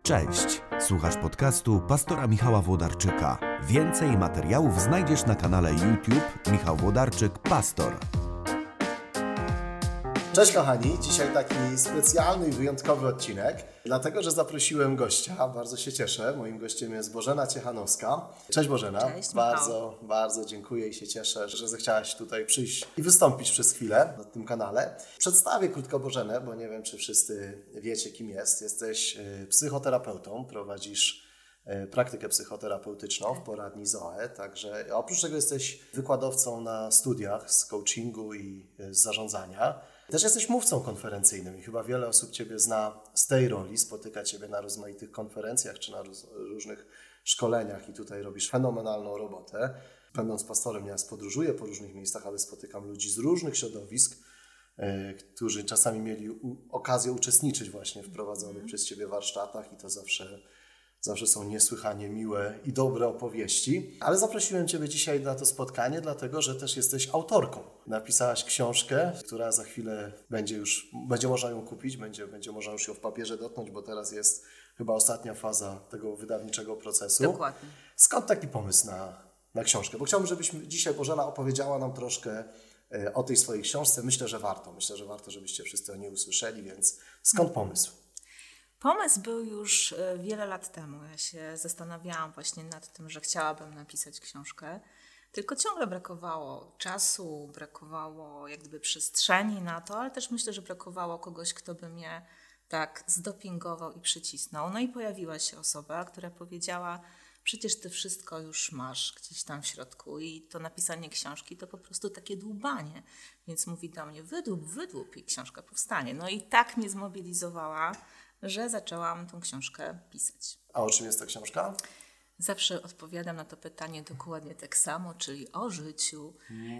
Cześć, słuchasz podcastu pastora Michała Włodarczyka. Więcej materiałów znajdziesz na kanale YouTube Michał Włodarczyk Pastor. Cześć kochani, dzisiaj taki specjalny i wyjątkowy odcinek, dlatego że zaprosiłem gościa, bardzo się cieszę. Moim gościem jest Bożena Ciechanowska. Cześć Bożena, Cześć, bardzo dziękuję i się cieszę, że zechciałaś tutaj przyjść i wystąpić przez chwilę na tym kanale. Przedstawię krótko Bożenę, bo nie wiem, czy wszyscy wiecie, kim jest. Jesteś psychoterapeutą, prowadzisz praktykę psychoterapeutyczną w poradni Zoe, także oprócz tego jesteś wykładowcą na studiach z coachingu i z zarządzania. Też jesteś mówcą konferencyjnym i chyba wiele osób Ciebie zna z tej roli, spotyka Ciebie na rozmaitych konferencjach czy na różnych szkoleniach i tutaj robisz fenomenalną robotę. Będąc pastorem, ja podróżuję po różnych miejscach, ale spotykam ludzi z różnych środowisk, którzy czasami mieli okazję uczestniczyć właśnie w prowadzonych przez Ciebie warsztatach i to zawsze są niesłychanie miłe i dobre opowieści. Ale zaprosiłem Ciebie dzisiaj na to spotkanie, dlatego że też jesteś autorką. Napisałaś książkę, która za chwilę będzie można ją kupić, będzie można już ją w papierze dotknąć, bo teraz jest chyba ostatnia faza tego wydawniczego procesu. Dokładnie. Skąd taki pomysł na książkę? Bo chciałbym, żebyś dzisiaj, Bożena, opowiedziała nam troszkę o tej swojej książce. Myślę, że warto, żebyście wszyscy o niej usłyszeli, więc skąd pomysł? Pomysł był już wiele lat temu. Ja się zastanawiałam właśnie nad tym, że chciałabym napisać książkę, tylko ciągle brakowało czasu, brakowało jak gdyby przestrzeni na to, ale też myślę, że brakowało kogoś, kto by mnie tak zdopingował i przycisnął. No i pojawiła się osoba, która powiedziała: przecież ty wszystko już masz gdzieś tam w środku i to napisanie książki to po prostu takie dłubanie. Więc mówi do mnie: wydłub i książka powstanie. No i tak mnie zmobilizowała, że zaczęłam tą książkę pisać. A o czym jest ta książka? Zawsze odpowiadam na to pytanie dokładnie tak samo, czyli o życiu.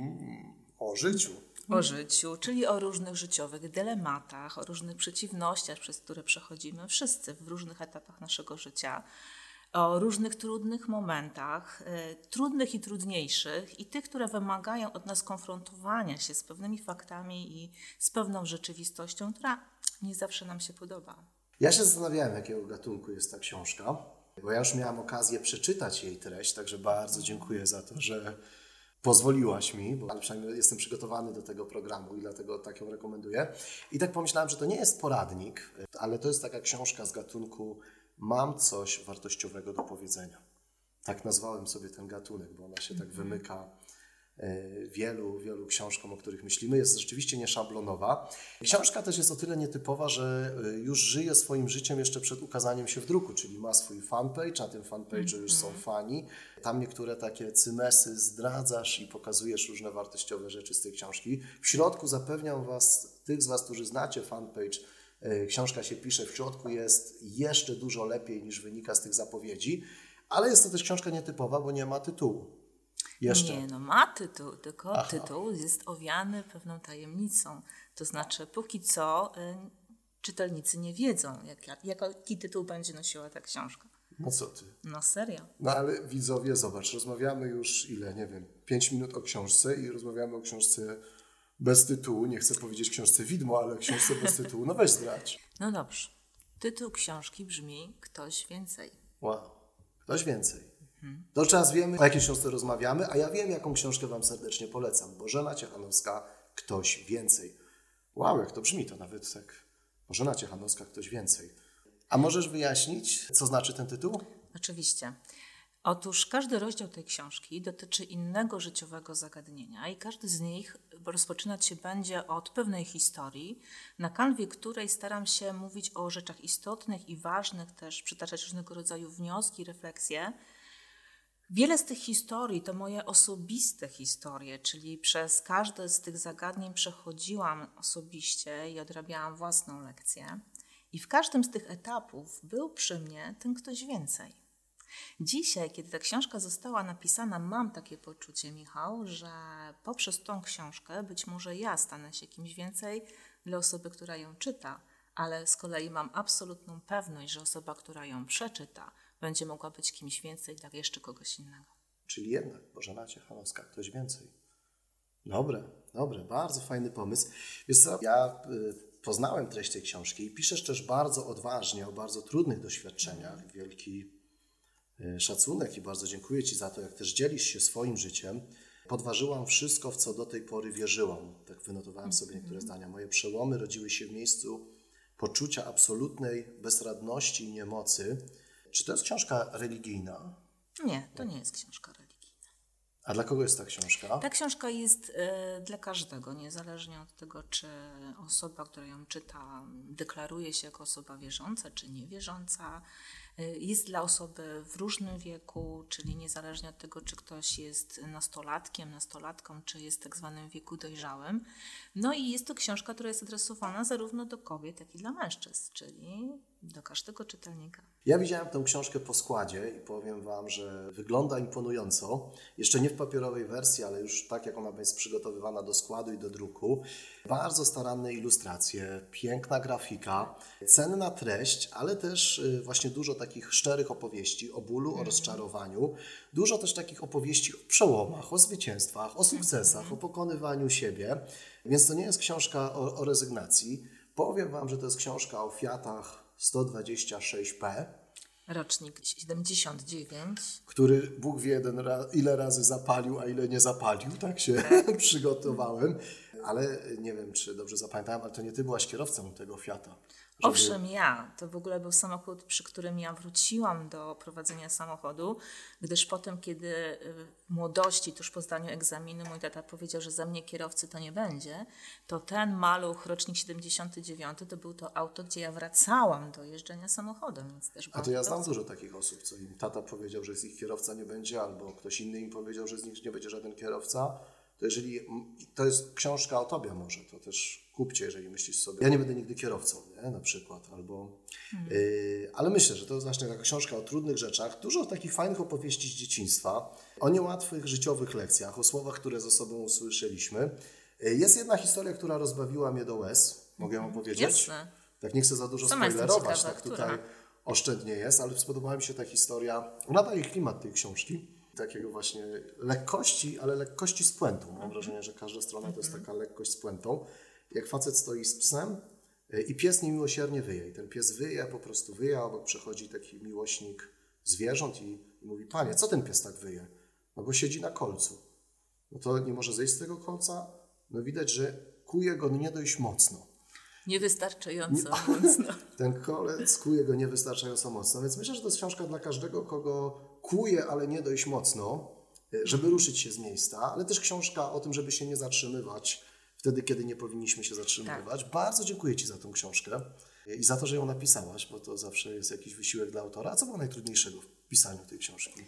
O życiu. O życiu, czyli o różnych życiowych dylematach, o różnych przeciwnościach, przez które przechodzimy wszyscy w różnych etapach naszego życia, o różnych trudnych momentach, trudnych i trudniejszych i tych, które wymagają od nas konfrontowania się z pewnymi faktami i z pewną rzeczywistością, która nie zawsze nam się podoba. Ja się zastanawiałem, jakiego gatunku jest ta książka, bo ja już miałam okazję przeczytać jej treść, także bardzo dziękuję za to, że pozwoliłaś mi, ale przynajmniej jestem przygotowany do tego programu i dlatego tak ją rekomenduję. I tak pomyślałem, że to nie jest poradnik, ale to jest taka książka z gatunku "Mam coś wartościowego do powiedzenia". Tak nazwałem sobie ten gatunek, bo ona się tak wymyka wielu książkom, o których myślimy. Jest rzeczywiście nieszablonowa. Książka też jest o tyle nietypowa, że już żyje swoim życiem jeszcze przed ukazaniem się w druku, czyli ma swój fanpage, na tym fanpage'u już są fani. Tam niektóre takie cymesy zdradzasz i pokazujesz różne wartościowe rzeczy z tej książki. W środku, zapewniam Was, tych z Was, którzy znacie fanpage, książka się pisze, w środku jest jeszcze dużo lepiej niż wynika z tych zapowiedzi, ale jest to też książka nietypowa, bo nie ma tytułu. Jeszcze. Nie, ma tytuł, tylko tytuł jest owiany pewną tajemnicą. To znaczy, póki co czytelnicy nie wiedzą, jaki tytuł będzie nosiła ta książka. No co ty? No serio. No ale widzowie, zobacz, rozmawiamy już 5 minut o książce i rozmawiamy o książce bez tytułu. Nie chcę powiedzieć książce widmo, ale książce bez tytułu. No weź zdradź. No dobrze. Tytuł książki brzmi "Ktoś więcej". Wow, ktoś więcej. To czas wiemy, o jakiej książce rozmawiamy, a ja wiem, jaką książkę Wam serdecznie polecam. Bożena Ciechanowska, "Ktoś więcej". Wow, jak to brzmi, to nawet tak. Bożena Ciechanowska, "Ktoś więcej". A możesz wyjaśnić, co znaczy ten tytuł? Oczywiście. Otóż każdy rozdział tej książki dotyczy innego życiowego zagadnienia i każdy z nich rozpoczynać się będzie od pewnej historii, na kanwie której staram się mówić o rzeczach istotnych i ważnych, też przytaczać różnego rodzaju wnioski, refleksje. Wiele z tych historii to moje osobiste historie, czyli przez każde z tych zagadnień przechodziłam osobiście i odrabiałam własną lekcję. I w każdym z tych etapów był przy mnie ten ktoś więcej. Dzisiaj, kiedy ta książka została napisana, mam takie poczucie, Michał, że poprzez tą książkę być może ja stanę się kimś więcej dla osoby, która ją czyta, ale z kolei mam absolutną pewność, że osoba, która ją przeczyta, będzie mogła być kimś więcej dla jeszcze kogoś innego. Czyli jednak Bożena Ciechanowska, "Ktoś więcej". Dobre, bardzo fajny pomysł. Wiesz co, ja poznałem treść tej książki, piszesz też bardzo odważnie o bardzo trudnych doświadczeniach. Wielki szacunek i bardzo dziękuję Ci za to, jak też dzielisz się swoim życiem. Podważyłam wszystko, w co do tej pory wierzyłam. Tak wynotowałem sobie niektóre zdania. Moje przełomy rodziły się w miejscu poczucia absolutnej bezradności i niemocy. Czy to jest książka religijna? Nie, to nie jest książka religijna. A dla kogo jest ta książka? Ta książka jest dla każdego, niezależnie od tego, czy osoba, która ją czyta, deklaruje się jako osoba wierząca, czy niewierząca. Jest dla osoby w różnym wieku, czyli niezależnie od tego, czy ktoś jest nastolatkiem, nastolatką, czy jest w tak zwanym wieku dojrzałym. No i jest to książka, która jest adresowana zarówno do kobiet, jak i dla mężczyzn, czyli do każdego czytelnika. Ja widziałem tę książkę po składzie i powiem Wam, że wygląda imponująco. Jeszcze nie w papierowej wersji, ale już tak, jak ona jest przygotowywana do składu i do druku. Bardzo staranne ilustracje, piękna grafika, cenna treść, ale też właśnie dużo takich szczerych opowieści o bólu, o rozczarowaniu. Dużo też takich opowieści o przełomach, o zwycięstwach, o sukcesach, o pokonywaniu siebie. Więc to nie jest książka o rezygnacji. Powiem Wam, że to jest książka o Fiatach 126P. Rocznik 79. Który Bóg wie ile razy zapalił, a ile nie zapalił. Tak się przygotowałem. Ale nie wiem, czy dobrze zapamiętałem, ale to nie Ty byłaś kierowcą tego Fiata. Owszem, ja. To w ogóle był samochód, przy którym ja wróciłam do prowadzenia samochodu, gdyż potem, kiedy w młodości, tuż po zdaniu egzaminu, mój tata powiedział, że ze mnie kierowcy to nie będzie, to ten maluch, rocznik 79, to był to auto, gdzie ja wracałam do jeżdżenia samochodem. Więc też A to ja znam dużo takich osób, co im tata powiedział, że z ich kierowca nie będzie, albo ktoś inny im powiedział, że z nich nie będzie żaden kierowca. To jeżeli to jest książka o Tobie może, to też kupcie, jeżeli myślisz sobie, ja nie będę nigdy kierowcą, nie? Na przykład, albo, ale myślę, że to jest właśnie taka książka o trudnych rzeczach, dużo takich fajnych opowieści z dzieciństwa, o niełatwych życiowych lekcjach, o słowach, które ze sobą usłyszeliśmy. Jest jedna historia, która rozbawiła mnie do łez, mogę ją powiedzieć? Jasne. Tak nie chcę za dużo Sama jestem spoilerować, ciekawa, tak tutaj oszczędnie jest, ale spodobała mi się ta historia, ona daje klimat tej książki. Takiego właśnie lekkości, ale lekkości z puentą. Mam wrażenie, że każda strona to jest taka lekkość z puentą. Jak facet stoi z psem i pies niemiłosiernie wyje. I ten pies wyje, po prostu wyje, a obok przechodzi taki miłośnik zwierząt i mówi: Panie, co ten pies tak wyje? No bo siedzi na kolcu. No to nie może zejść z tego kolca? No widać, że kuje go nie dość mocno. Niewystarczająco mocno. Ten kolec kuje go niewystarczająco mocno. Więc myślę, że to jest książka dla każdego, kogo kuje, ale nie dość mocno, żeby ruszyć się z miejsca, ale też książka o tym, żeby się nie zatrzymywać wtedy, kiedy nie powinniśmy się zatrzymywać. Tak. Bardzo dziękuję Ci za tę książkę i za to, że ją napisałaś, bo to zawsze jest jakiś wysiłek dla autora. A co było najtrudniejszego w pisaniu tej książki?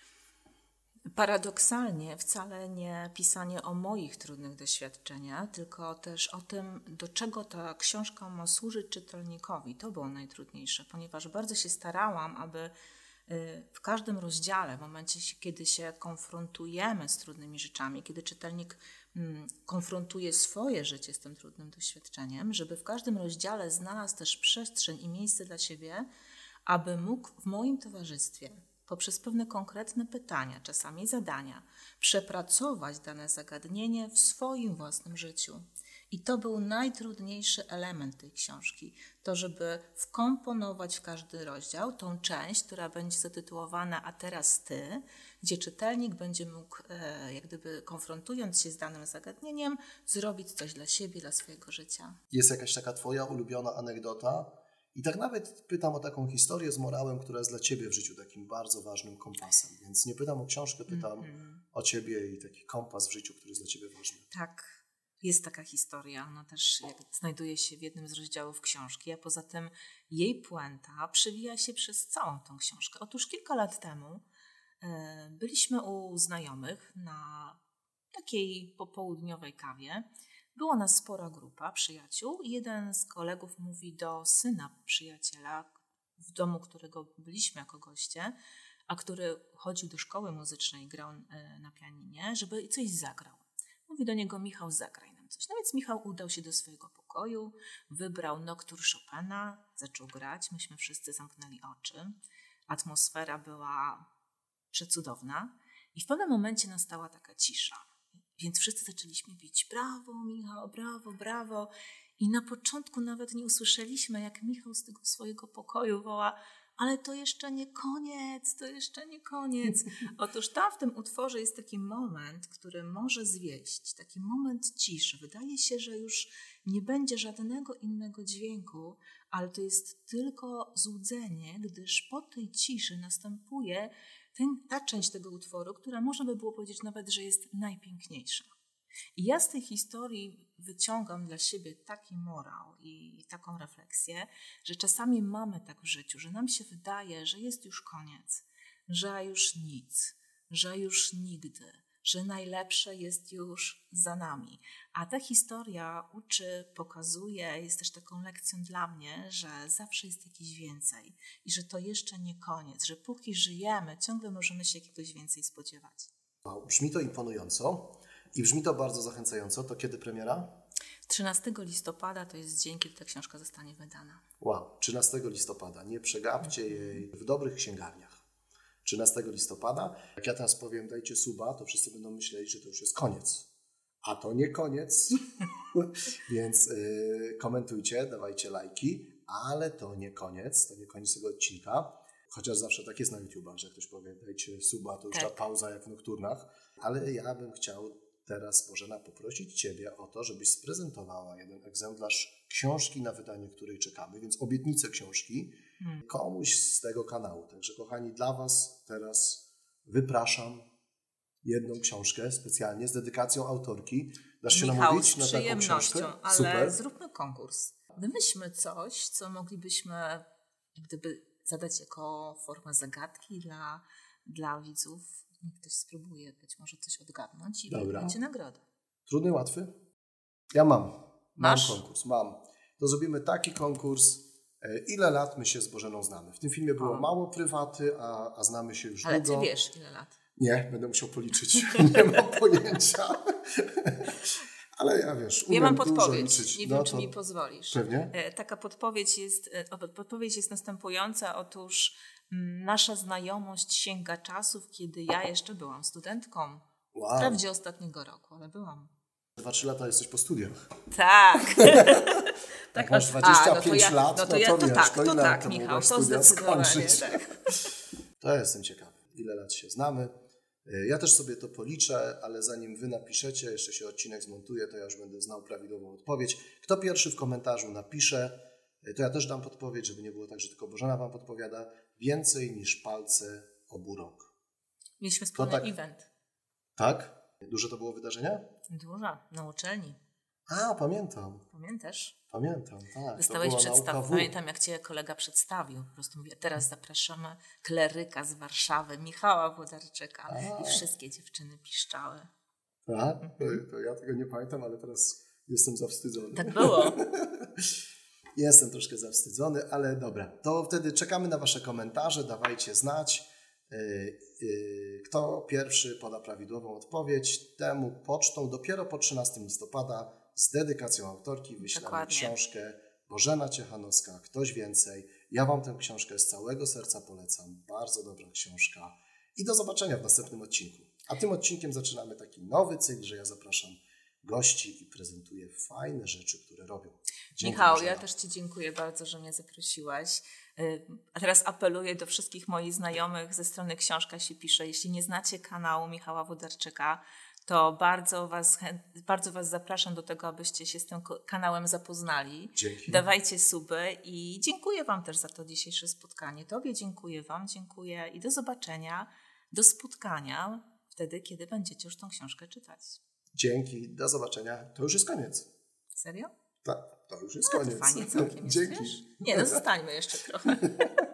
Paradoksalnie wcale nie pisanie o moich trudnych doświadczeniach, tylko też o tym, do czego ta książka ma służyć czytelnikowi. To było najtrudniejsze, ponieważ bardzo się starałam, aby w każdym rozdziale, w momencie, kiedy się konfrontujemy z trudnymi rzeczami, kiedy czytelnik konfrontuje swoje życie z tym trudnym doświadczeniem, żeby w każdym rozdziale znalazł też przestrzeń i miejsce dla siebie, aby mógł w moim towarzystwie poprzez pewne konkretne pytania, czasami zadania, przepracować dane zagadnienie w swoim własnym życiu. I to był najtrudniejszy element tej książki, to żeby wkomponować w każdy rozdział tą część, która będzie zatytułowana „A teraz ty”, gdzie czytelnik będzie mógł, jak gdyby konfrontując się z danym zagadnieniem, zrobić coś dla siebie, dla swojego życia. Jest jakaś taka Twoja ulubiona anegdota? I tak nawet pytam o taką historię z morałem, która jest dla Ciebie w życiu takim bardzo ważnym kompasem. Więc nie pytam o książkę, pytam o Ciebie i taki kompas w życiu, który jest dla Ciebie ważny. Tak, jest taka historia. Ona też znajduje się w jednym z rozdziałów książki, a poza tym jej puenta przewija się przez całą tą książkę. Otóż kilka lat temu byliśmy u znajomych na takiej popołudniowej kawie. Była nas spora grupa przyjaciół i jeden z kolegów mówi do syna przyjaciela, w domu którego byliśmy jako goście, a który chodził do szkoły muzycznej, grał na pianinie, żeby coś zagrał. Mówi do niego: Michał, zagraj nam coś. No więc Michał udał się do swojego pokoju, wybrał noktur Chopina, zaczął grać, myśmy wszyscy zamknęli oczy. Atmosfera była przecudowna i w pewnym momencie nastała taka cisza. Więc wszyscy zaczęliśmy bić: brawo Michał, brawo, brawo. I na początku nawet nie usłyszeliśmy, jak Michał z tego swojego pokoju woła: ale to jeszcze nie koniec, to jeszcze nie koniec. Otóż tam w tym utworze jest taki moment, który może zwieść, taki moment ciszy. Wydaje się, że już nie będzie żadnego innego dźwięku, ale to jest tylko złudzenie, gdyż po tej ciszy następuje ta część tego utworu, która można by było powiedzieć nawet, że jest najpiękniejsza. I ja z tej historii wyciągam dla siebie taki morał i taką refleksję, że czasami mamy tak w życiu, że nam się wydaje, że jest już koniec, że już nic, że już nigdy, że najlepsze jest już za nami. A ta historia uczy, pokazuje, jest też taką lekcją dla mnie, że zawsze jest jakieś więcej i że to jeszcze nie koniec, że póki żyjemy, ciągle możemy się jakiegoś więcej spodziewać. Wow, brzmi to imponująco i brzmi to bardzo zachęcająco. To kiedy premiera? 13 listopada to jest dzień, kiedy ta książka zostanie wydana. Wow, 13 listopada. Nie przegapcie jej w dobrych księgarniach. 13 listopada. Jak ja teraz powiem, dajcie suba, to wszyscy będą myśleli, że to już jest koniec. A to nie koniec. Więc komentujcie, dawajcie lajki, ale to nie koniec tego odcinka. Chociaż zawsze tak jest na YouTubach, że ktoś powie, dajcie suba, to już ta pauza jak w Nocturnach. Ale ja bym chciał teraz, Bożena, poprosić Ciebie o to, żebyś sprezentowała jeden egzemplarz książki, na wydanie której czekamy, więc obietnicę książki komuś z tego kanału. Także kochani, dla Was teraz wypraszam jedną książkę specjalnie z dedykacją autorki. Dasz się namówić na taką książkę? Ale super. Zróbmy konkurs. Wymyślmy coś, co moglibyśmy, gdyby zadać jako formę zagadki dla widzów. Niech ktoś spróbuje być może coś odgadnąć i będzie nagroda. Trudny, łatwy? Ja mam. Masz? Mam konkurs, mam. To zrobimy taki konkurs, ile lat my się z Bożeną znamy. W tym filmie było mało prywaty, a znamy się już ale długo. Ty wiesz, ile lat? Nie, będę musiał policzyć. Nie mam pojęcia. Ale ja Ja mam dużo podpowiedź. liczyć. Nie wiem, czy mi pozwolisz. Pewnie. Taka podpowiedź jest następująca. Otóż nasza znajomość sięga czasów, kiedy ja jeszcze byłam studentką. Wow. Wprawdzie ostatniego roku, ale byłam. 2-3 lata jesteś po studiach. Tak. Jak masz 25 lat, to tak, ile Michał, to studia zdecydowanie. skończyć? Tak. To ja jestem ciekawy, ile lat się znamy. Ja też sobie to policzę, ale zanim Wy napiszecie, jeszcze się odcinek zmontuje, to ja już będę znał prawidłową odpowiedź. Kto pierwszy w komentarzu napisze, to ja też dam podpowiedź, żeby nie było tak, że tylko Bożena Wam podpowiada. Więcej niż palce obu rąk. Mieliśmy wspólny event. Tak? Duże to było wydarzenie? Duża, na uczelni. A, pamiętam. Pamiętasz? Pamiętam, tak. Dostałeś przedstawienie. Pamiętam, jak Cię kolega przedstawił. Po prostu mówię, teraz zapraszamy kleryka z Warszawy, Michała Włodarczyka. I wszystkie dziewczyny piszczały. Tak? To ja tego nie pamiętam, ale teraz jestem zawstydzony. Tak było. Jestem troszkę zawstydzony, ale dobra. To wtedy czekamy na Wasze komentarze, dawajcie znać. Kto pierwszy poda prawidłową odpowiedź, temu pocztą dopiero po 13 listopada z dedykacją autorki wyślemy książkę Bożena Ciechanowska, Ktoś więcej. Ja Wam tę książkę z całego serca polecam. Bardzo dobra książka. I do zobaczenia w następnym odcinku. A tym odcinkiem zaczynamy taki nowy cykl, że ja zapraszam gości i prezentuję fajne rzeczy, które robią. Dzięki, Michał, Bożena. ja też Ci dziękuję bardzo, że mnie zaprosiłaś. A teraz apeluję do wszystkich moich znajomych ze strony Książka się pisze. Jeśli nie znacie kanału Michała Włodarczyka, to bardzo Was zapraszam do tego, abyście się z tym kanałem zapoznali. Dzięki. Dawajcie suby i dziękuję Wam też za to dzisiejsze spotkanie. Tobie dziękuję, Wam dziękuję i do zobaczenia, do spotkania wtedy, kiedy będziecie już tą książkę czytać. Dzięki, do zobaczenia. To już jest koniec. Serio? Tak, to już jest koniec. To fajnie całkiem jest, Dzięki. wiesz? Nie, no zostańmy jeszcze trochę.